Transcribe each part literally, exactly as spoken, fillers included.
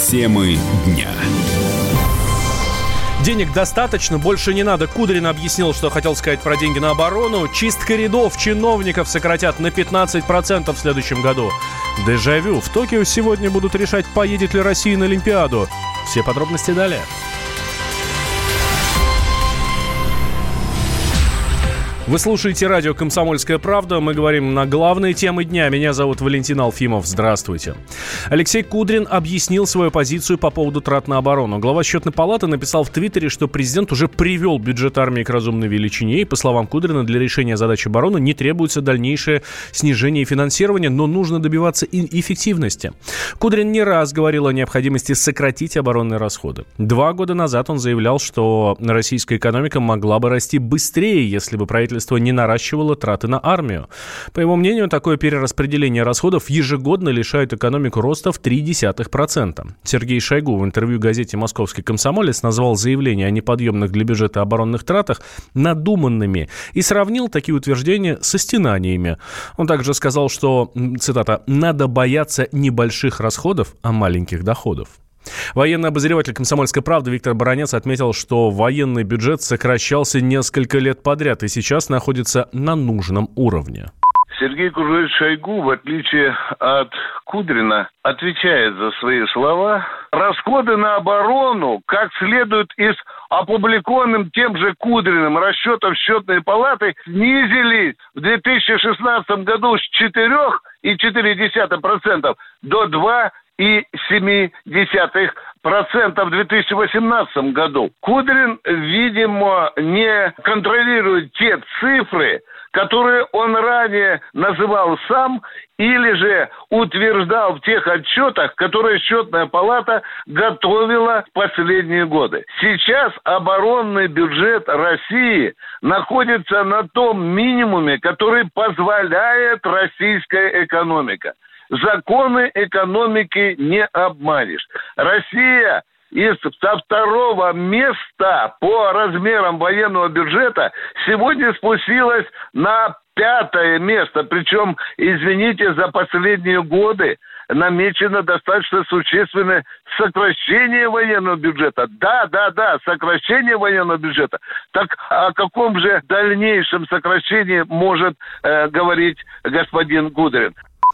Темы дня. Денег достаточно, больше не надо. Кудрин объяснил, что хотел сказать про деньги на оборону. Чистка рядов чиновников сократят на пятнадцать процентов в следующем году. Дежавю. В Токио сегодня будут решать, поедет ли Россия на Олимпиаду. Все подробности далее. Вы слушаете радио «Комсомольская правда». Мы говорим на главные темы дня. Меня зовут Валентин Алфимов. Здравствуйте. Алексей Кудрин объяснил свою позицию по поводу трат на оборону. Глава Счетной палаты написал в Твиттере, что президент уже привел бюджет армии к разумной величине. И, по словам Кудрина, для решения задач обороны не требуется дальнейшее снижение финансирования, но нужно добиваться и эффективности. Кудрин не раз говорил о необходимости сократить оборонные расходы. Два года назад он заявлял, что российская экономика могла бы расти быстрее, если бы правительство не наращивало траты на армию. По его мнению, такое перераспределение расходов ежегодно лишает экономику роста в ноль целых три десятых процента. Сергей Шойгу в интервью газете «Московский комсомолец» назвал заявления о неподъемных для бюджета оборонных тратах надуманными и сравнил такие утверждения со стенаниями. Он также сказал, что, цитата, «надо бояться небольших расходов, а маленьких доходов». Военный обозреватель «Комсомольской правды» Виктор Баранец отметил, что военный бюджет сокращался несколько лет подряд и сейчас находится на нужном уровне. Сергей Кузьмич Шойгу, в отличие от Кудрина, отвечает за свои слова. Расходы на оборону, как следует из опубликованным тем же Кудриным расчетов Счетной палаты, снизились в две тысячи шестнадцатом году с четыре целых четыре десятых процента до два и семь десятых процента в две тысячи восемнадцатом году. Кудрин, видимо, не контролирует те цифры, которые он ранее называл сам, или же утверждал в тех отчетах, которые Счетная палата готовила в последние годы. Сейчас оборонный бюджет России находится на том минимуме, который позволяет российская экономика. Законы экономики не обманешь. Россия из со второго места по размерам военного бюджета сегодня спустилась на пятое место. Причем, извините, за последние годы намечено достаточно существенное сокращение военного бюджета. Да, да, да, сокращение военного бюджета. Так о каком же дальнейшем сокращении может э, говорить господин Кудрин?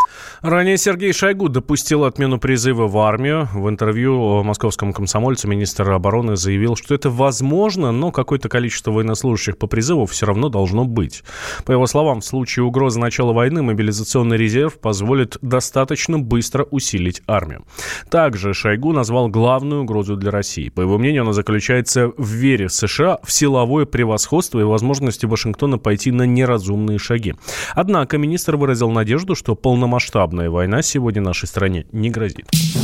Ранее Сергей Шойгу допустил отмену призыва в армию. В интервью московскому комсомольцу министр обороны заявил, что это возможно, но какое-то количество военнослужащих по призыву все равно должно быть. По его словам, в случае угрозы начала войны мобилизационный резерв позволит достаточно быстро усилить армию. Также Шойгу назвал главную угрозу для России. По его мнению, она заключается в вере США в силовое превосходство и возможности Вашингтона пойти на неразумные шаги. Однако министр выразил надежду, что полномасштабная война сегодня нашей стране не грозит.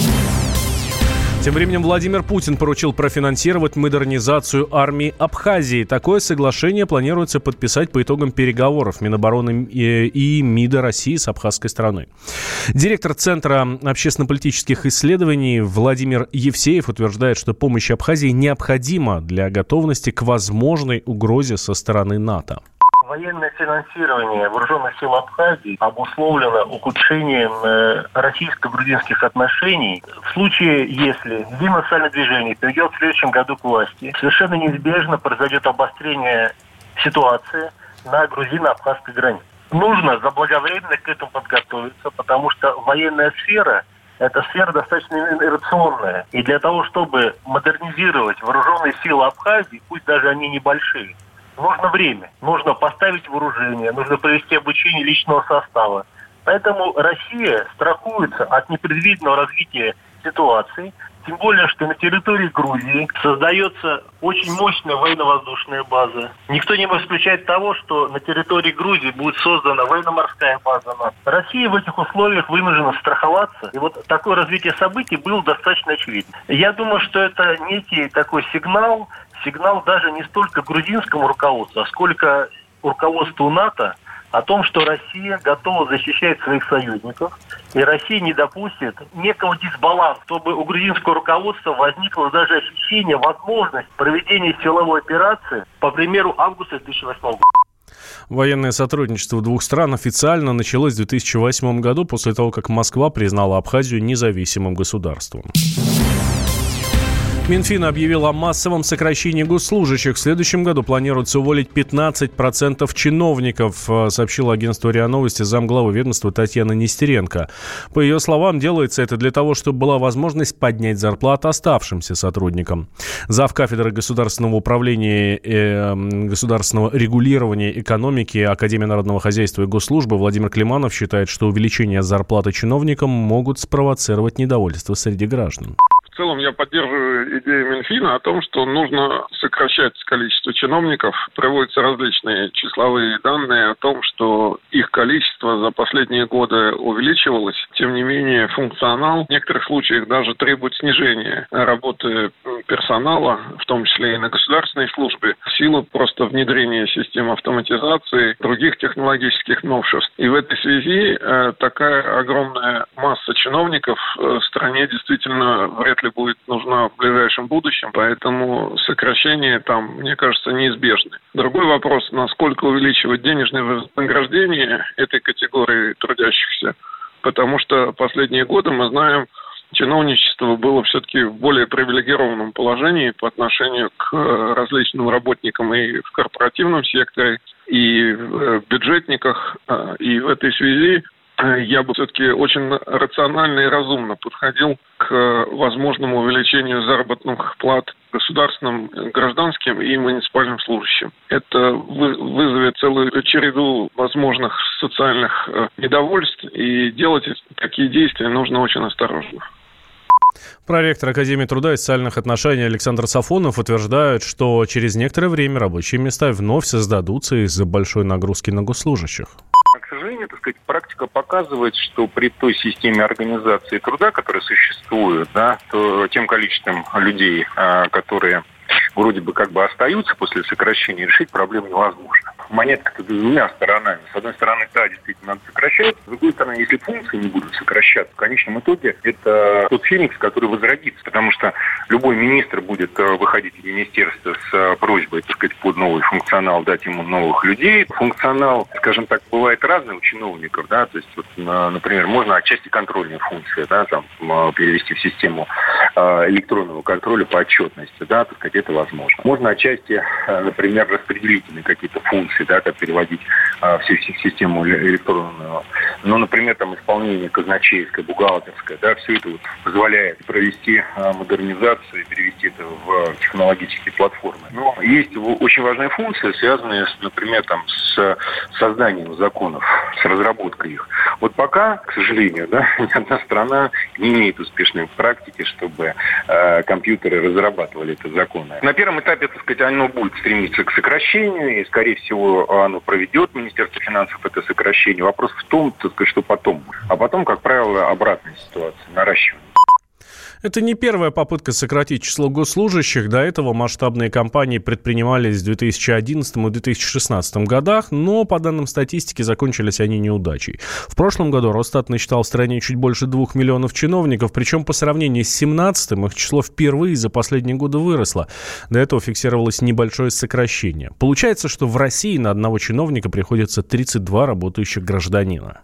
Тем временем Владимир Путин поручил профинансировать модернизацию армии Абхазии. Такое соглашение планируется подписать по итогам переговоров Минобороны и МИДа России с абхазской страной. Директор Центра общественно-политических исследований Владимир Евсеев утверждает, что помощь Абхазии необходима для готовности к возможной угрозе со стороны НАТО. Военное финансирование вооруженных сил Абхазии обусловлено ухудшением э, российско-грузинских отношений. В случае, если единое национальное движение придет в следующем году к власти, совершенно неизбежно произойдет обострение ситуации на грузино-абхазской границе. Нужно заблаговременно к этому подготовиться, потому что военная сфера – это сфера достаточно инерционная. И для того, чтобы модернизировать вооруженные силы Абхазии, пусть даже они небольшие, нужно время, нужно поставить вооружение, нужно провести обучение личного состава. Поэтому Россия страхуется от непредвиденного развития ситуации, тем более, что на территории Грузии создается очень мощная военно-воздушная база. Никто не может исключать того, что на территории Грузии будет создана военно-морская база НАТО. Россия в этих условиях вынуждена страховаться, и вот такое развитие событий было достаточно очевидно. Я думаю, что это некий такой сигнал, сигнал даже не столько грузинскому руководству, а сколько руководству НАТО о том, что Россия готова защищать своих союзников, и Россия не допустит некого дисбаланса, чтобы у грузинского руководства возникло даже ощущение, возможность проведения силовой операции, по примеру августа две тысячи восьмого года. Военное сотрудничество двух стран официально началось в две тысячи восьмом году, после того, как Москва признала Абхазию независимым государством. Минфин объявил о массовом сокращении госслужащих. В следующем году планируется уволить пятнадцать процентов чиновников, сообщила агентству РИА Новости замглавы ведомства Татьяна Нестеренко. По ее словам, делается это для того, чтобы была возможность поднять зарплату оставшимся сотрудникам. Зав. Кафедры государственного управления, э, государственного регулирования экономики Академии народного хозяйства и госслужбы Владимир Климанов считает, что увеличение зарплаты чиновникам могут спровоцировать недовольство среди граждан. В целом я поддерживаю идею Минфина о том, что нужно сокращать количество чиновников. Приводятся различные числовые данные о том, что их количество за последние годы увеличивалось. Тем не менее, функционал в некоторых случаях даже требует снижения работы персонала, в том числе и на государственной службе, в силу просто внедрения систем автоматизации, других технологических новшеств. И в этой связи э, такая огромная масса чиновников в стране действительно вряд ли будет нужна в ближайшем будущем, поэтому сокращение там, мне кажется, неизбежны. Другой вопрос, насколько увеличивать денежное вознаграждение этой категории трудящихся, потому что последние годы, мы знаем, чиновничество было все-таки в более привилегированном положении по отношению к различным работникам и в корпоративном секторе, и в бюджетниках, и в этой связи я бы все-таки очень рационально и разумно подходил к возможному увеличению заработных плат государственным, гражданским и муниципальным служащим. Это вызовет целую череду возможных социальных недовольств, и делать такие действия нужно очень осторожно. Проректор Академии труда и социальных отношений Александр Сафонов утверждает, что через некоторое время рабочие места вновь создадутся из-за большой нагрузки на госслужащих. К сожалению, так сказать, практика показывает, что при той системе организации труда, которая существует, да, то тем количеством людей, которые вроде бы как бы остаются после сокращения, решить проблему невозможно. Монетка-то двумя сторонами. С одной стороны, да, действительно надо сокращать. С другой стороны, если функции не будут сокращаться, в конечном итоге это тот феникс, который возродится. Потому что любой министр будет выходить из министерства с просьбой, так сказать, под новый функционал, дать ему новых людей. Функционал, скажем так, бывает разный у чиновников, да, то есть, вот, например, можно отчасти контрольные функции, да, там, перевести в систему электронного контроля по отчетности, да, так сказать, это возможно. Можно отчасти, например, распределительные какие-то функции, да, как переводить а, всю систему электронную. Ну, например, там исполнение казначейское, бухгалтерское, да, все это вот позволяет провести а, модернизацию и перевести это в технологические платформы. Но есть очень важная функция, связанная, с, например, там, с созданием законов, с разработкой их. Вот пока, к сожалению, да, ни одна страна не имеет успешной практики, чтобы а, компьютеры разрабатывали эти законы. На первом этапе, так сказать, оно будет стремиться к сокращению, и, скорее всего, оно проведет Министерство финансов это сокращение. Вопрос в том, так сказать, что потом. А потом, как правило, обратная ситуация, наращивание. Это не первая попытка сократить число госслужащих. До этого масштабные кампании предпринимались в две тысячи одиннадцатом и две тысячи шестнадцатом годах, но, по данным статистики, закончились они неудачей. В прошлом году Росстат насчитал в стране чуть больше двух миллионов чиновников, причем по сравнению с семнадцатым их число впервые за последние годы выросло. До этого фиксировалось небольшое сокращение. Получается, что в России на одного чиновника приходится тридцать два работающих гражданина.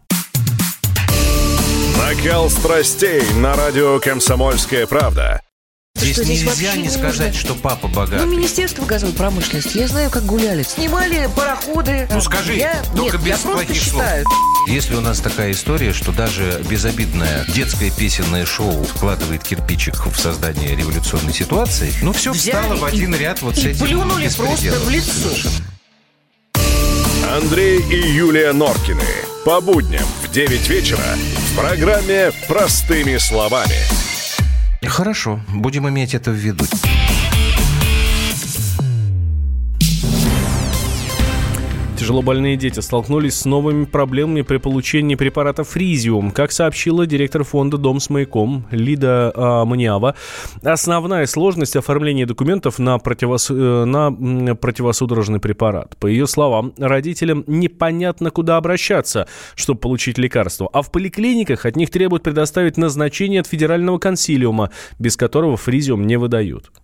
Накал страстей на радио «Комсомольская правда». Здесь, что, здесь нельзя не сказать, невозможно. что папа богатый. Ну, Министерство газовой промышленности, я знаю, как гуляли. Снимали пароходы. Ну, скажи, я... только Нет, без я плохих слов. считаю. Если у нас такая история, что даже безобидное детское песенное шоу вкладывает кирпичик в создание революционной ситуации, ну, все Взяли встало в один и, ряд вот и с этим плюнули просто в лицо. совершенно. Андрей и Юлия Норкины. По будням в девять вечера в программе «Простыми словами». Хорошо, будем иметь это в виду. Тяжелобольные дети столкнулись с новыми проблемами при получении препарата фризиум. Как сообщила директор фонда «Дом с маяком» Лида а, Маниава, основная сложность оформления документов на, противос... на противосудорожный препарат. По ее словам, родителям непонятно, куда обращаться, чтобы получить лекарство. А в поликлиниках от них требуют предоставить назначение от федерального консилиума, без которого фризиум не выдают.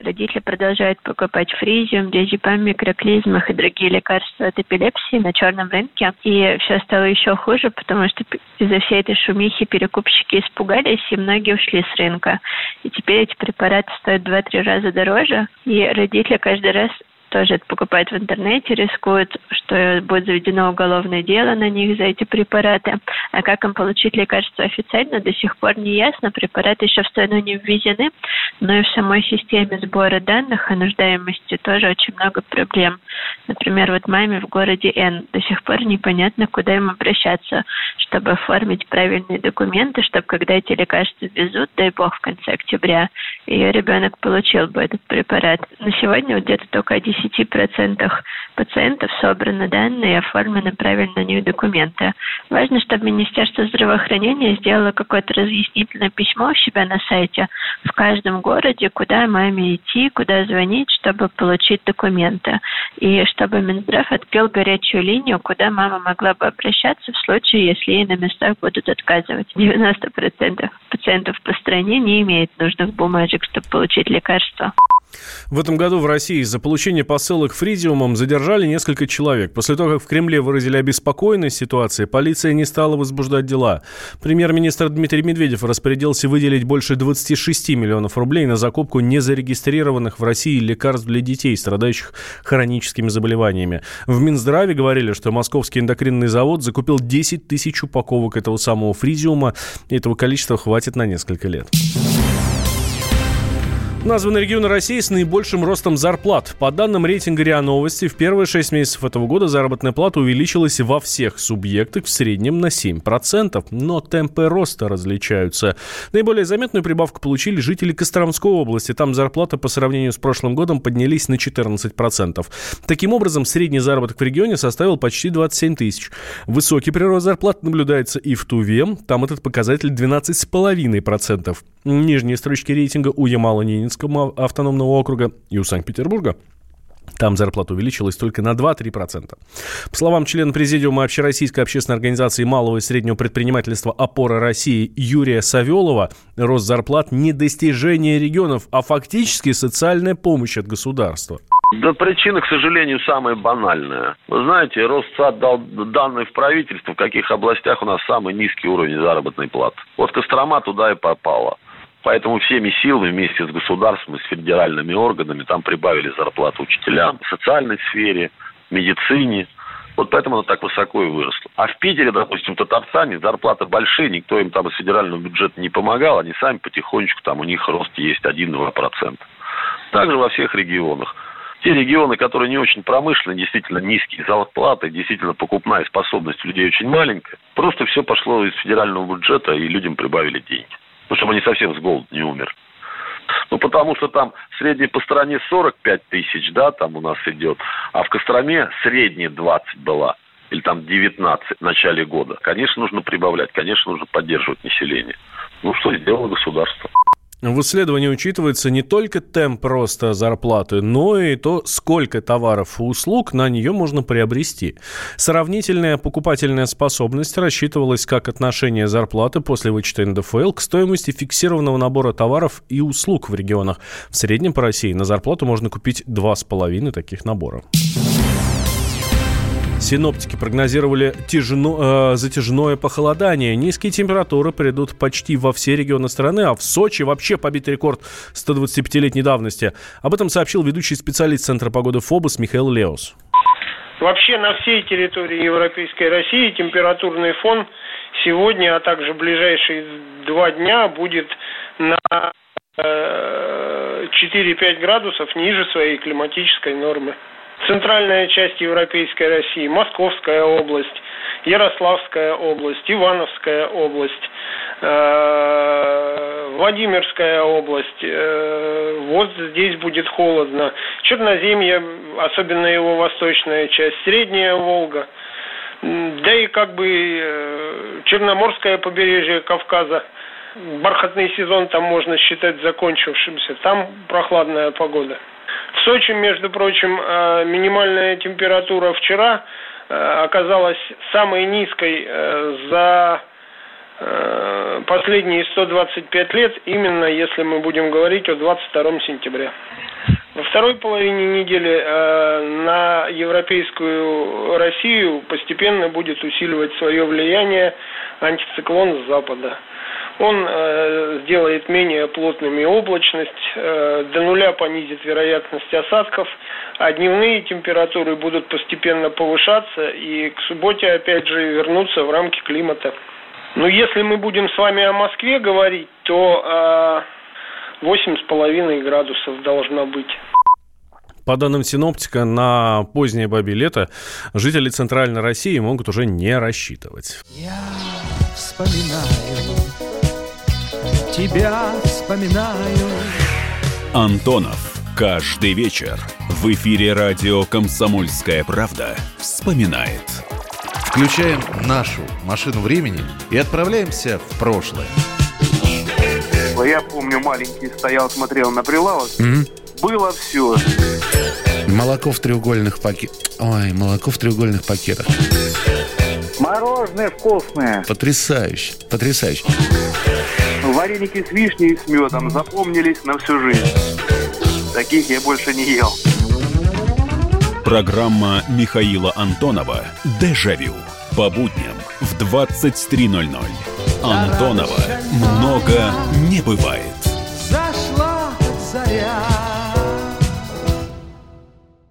родители продолжают покупать фризиум, диазепам, микроклизмах и другие лекарства от эпилепсии на черном рынке. И все стало еще хуже, потому что из-за всей этой шумихи перекупщики испугались, и многие ушли с рынка. И теперь эти препараты стоят в два-три раза дороже, и родители каждый раз тоже это покупают в интернете, рискуют, что будет заведено уголовное дело на них за эти препараты. А как им получить лекарства официально, до сих пор не ясно. Препараты еще в страну не ввезены, но и в самой системе сбора данных о нуждаемости тоже очень много проблем. Например, вот маме в городе Н до сих пор непонятно, куда им обращаться, чтобы оформить правильные документы, чтобы когда эти лекарства везут, дай бог, в конце октября, ее ребенок получил бы этот препарат. На сегодня вот где-то только о десяти процентах пациентов собраны данные и оформлены правильно на них документы. Важно, чтобы Министерство здравоохранения сделало какое-то разъяснительное письмо у себя на сайте в каждом городе, куда маме идти, куда звонить, чтобы получить документы. И чтобы Минздрав открыл горячую линию, куда мама могла бы обращаться в случае, если ей на местах будут отказывать. девяносто процентов пациентов по стране не имеют нужных бумажек, чтобы получить лекарства. В этом году в России за получение посылок фризиумом задержали несколько человек. После того, как в Кремле выразили обеспокоенность ситуацией, полиция не стала возбуждать дела. Премьер-министр Дмитрий Медведев распорядился выделить больше двадцать шесть миллионов рублей на закупку незарегистрированных в России лекарств для детей, страдающих хроническими заболеваниями. В Минздраве говорили, что Московский эндокринный завод закупил десять тысяч упаковок этого самого фризиума. Этого количества хватит на несколько лет. Названы регионы России с наибольшим ростом зарплат. По данным рейтинга РИА Новости, в первые шесть месяцев этого года заработная плата увеличилась во всех субъектах в среднем на семь процентов. Но темпы роста различаются. Наиболее заметную прибавку получили жители Костромской области. Там зарплаты по сравнению с прошлым годом поднялись на четырнадцать процентов. Таким образом, средний заработок в регионе составил почти двадцать семь тысяч. Высокий прирост зарплат наблюдается и в Туве. Там этот показатель двенадцать целых пять десятых процента. Нижние строчки рейтинга у Ямало-Ненецкого автономного округа и у Санкт-Петербурга. Там зарплата увеличилась только на два-три процента. По словам члена президиума Общероссийской общественной организации малого и среднего предпринимательства «Опора России» Юрия Савелова, рост зарплат не достижение регионов, а фактически социальная помощь от государства. Да причина, к сожалению, самая банальная. Вы знаете, Росстат дал данные в правительство, в каких областях у нас самый низкий уровень заработной платы. Вот Кострома туда и попала. Поэтому всеми силами вместе с государством и с федеральными органами там прибавили зарплату учителям, в социальной сфере, в медицине. Вот поэтому она так высоко и выросла. А в Питере, допустим, в Татарстане зарплаты большие, никто им там из федерального бюджета не помогал, они сами потихонечку, там у них рост есть один-два процента. Также во всех регионах. Те регионы, которые не очень промышленные, действительно низкие зарплаты, действительно покупная способность людей очень маленькая, просто все пошло из федерального бюджета, и людям прибавили деньги. Ну, чтобы они совсем с голоду не умерли. Ну, потому что там средний по стране сорок пять тысяч, да, там у нас идет, а в Костроме средняя двадцать была, или там девятнадцать в начале года. Конечно, нужно прибавлять, конечно, нужно поддерживать население. Ну, что сделало государство? В исследовании учитывается не только темп роста зарплаты, но и то, сколько товаров и услуг на нее можно приобрести. Сравнительная покупательная способность рассчитывалась как отношение зарплаты после вычета эн дэ эф эл к стоимости фиксированного набора товаров и услуг в регионах. В среднем по России на зарплату можно купить два с половиной таких набора. Синоптики прогнозировали тяжно, э, затяжное похолодание. Низкие температуры придут почти во все регионы страны, а в Сочи вообще побит рекорд сто двадцатипятилетней давности. Об этом сообщил ведущий специалист Центра погоды ФОБОС Михаил Леус. Вообще на всей территории Европейской России температурный фон сегодня, а также ближайшие два дня будет на э, четыре-пять градусов ниже своей климатической нормы. Центральная часть Европейской России, Московская область, Ярославская область, Ивановская область, э, Владимирская область. Э, вот здесь будет холодно. Черноземье, особенно его восточная часть, Средняя Волга. Да и как бы э, Черноморское побережье Кавказа. Бархатный сезон там можно считать закончившимся. Там прохладная погода. В Сочи, между прочим, минимальная температура вчера оказалась самой низкой за последние сто двадцать пять лет, именно если мы будем говорить о двадцать втором сентября. Во второй половине недели э, на европейскую Россию постепенно будет усиливать свое влияние антициклон с запада. Он э, сделает менее плотными облачность, э, до нуля понизит вероятность осадков, а дневные температуры будут постепенно повышаться и к субботе опять же вернуться в рамки климата. Но если мы будем с вами о Москве говорить, то э, восемь с половиной градусов должно быть. По данным синоптика, на позднее бабье лето жители Центральной России могут уже не рассчитывать. Я вспоминаю, тебя вспоминаю. Антонов. Каждый вечер в эфире радио «Комсомольская правда» вспоминает. Включаем нашу машину времени и отправляемся в прошлое. Я помню, маленький стоял, смотрел на прилавок. Mm-hmm. Было все. Молоко в треугольных пакетах. Ой, молоко в треугольных пакетах. Мороженое вкусное. Потрясающе, потрясающе. Вареники с вишней и с медом запомнились на всю жизнь. Таких я больше не ел. Программа Михаила Антонова «Дежавю». По будням в двадцать три ноль ноль. Антонова много не бывает. Зашла заря.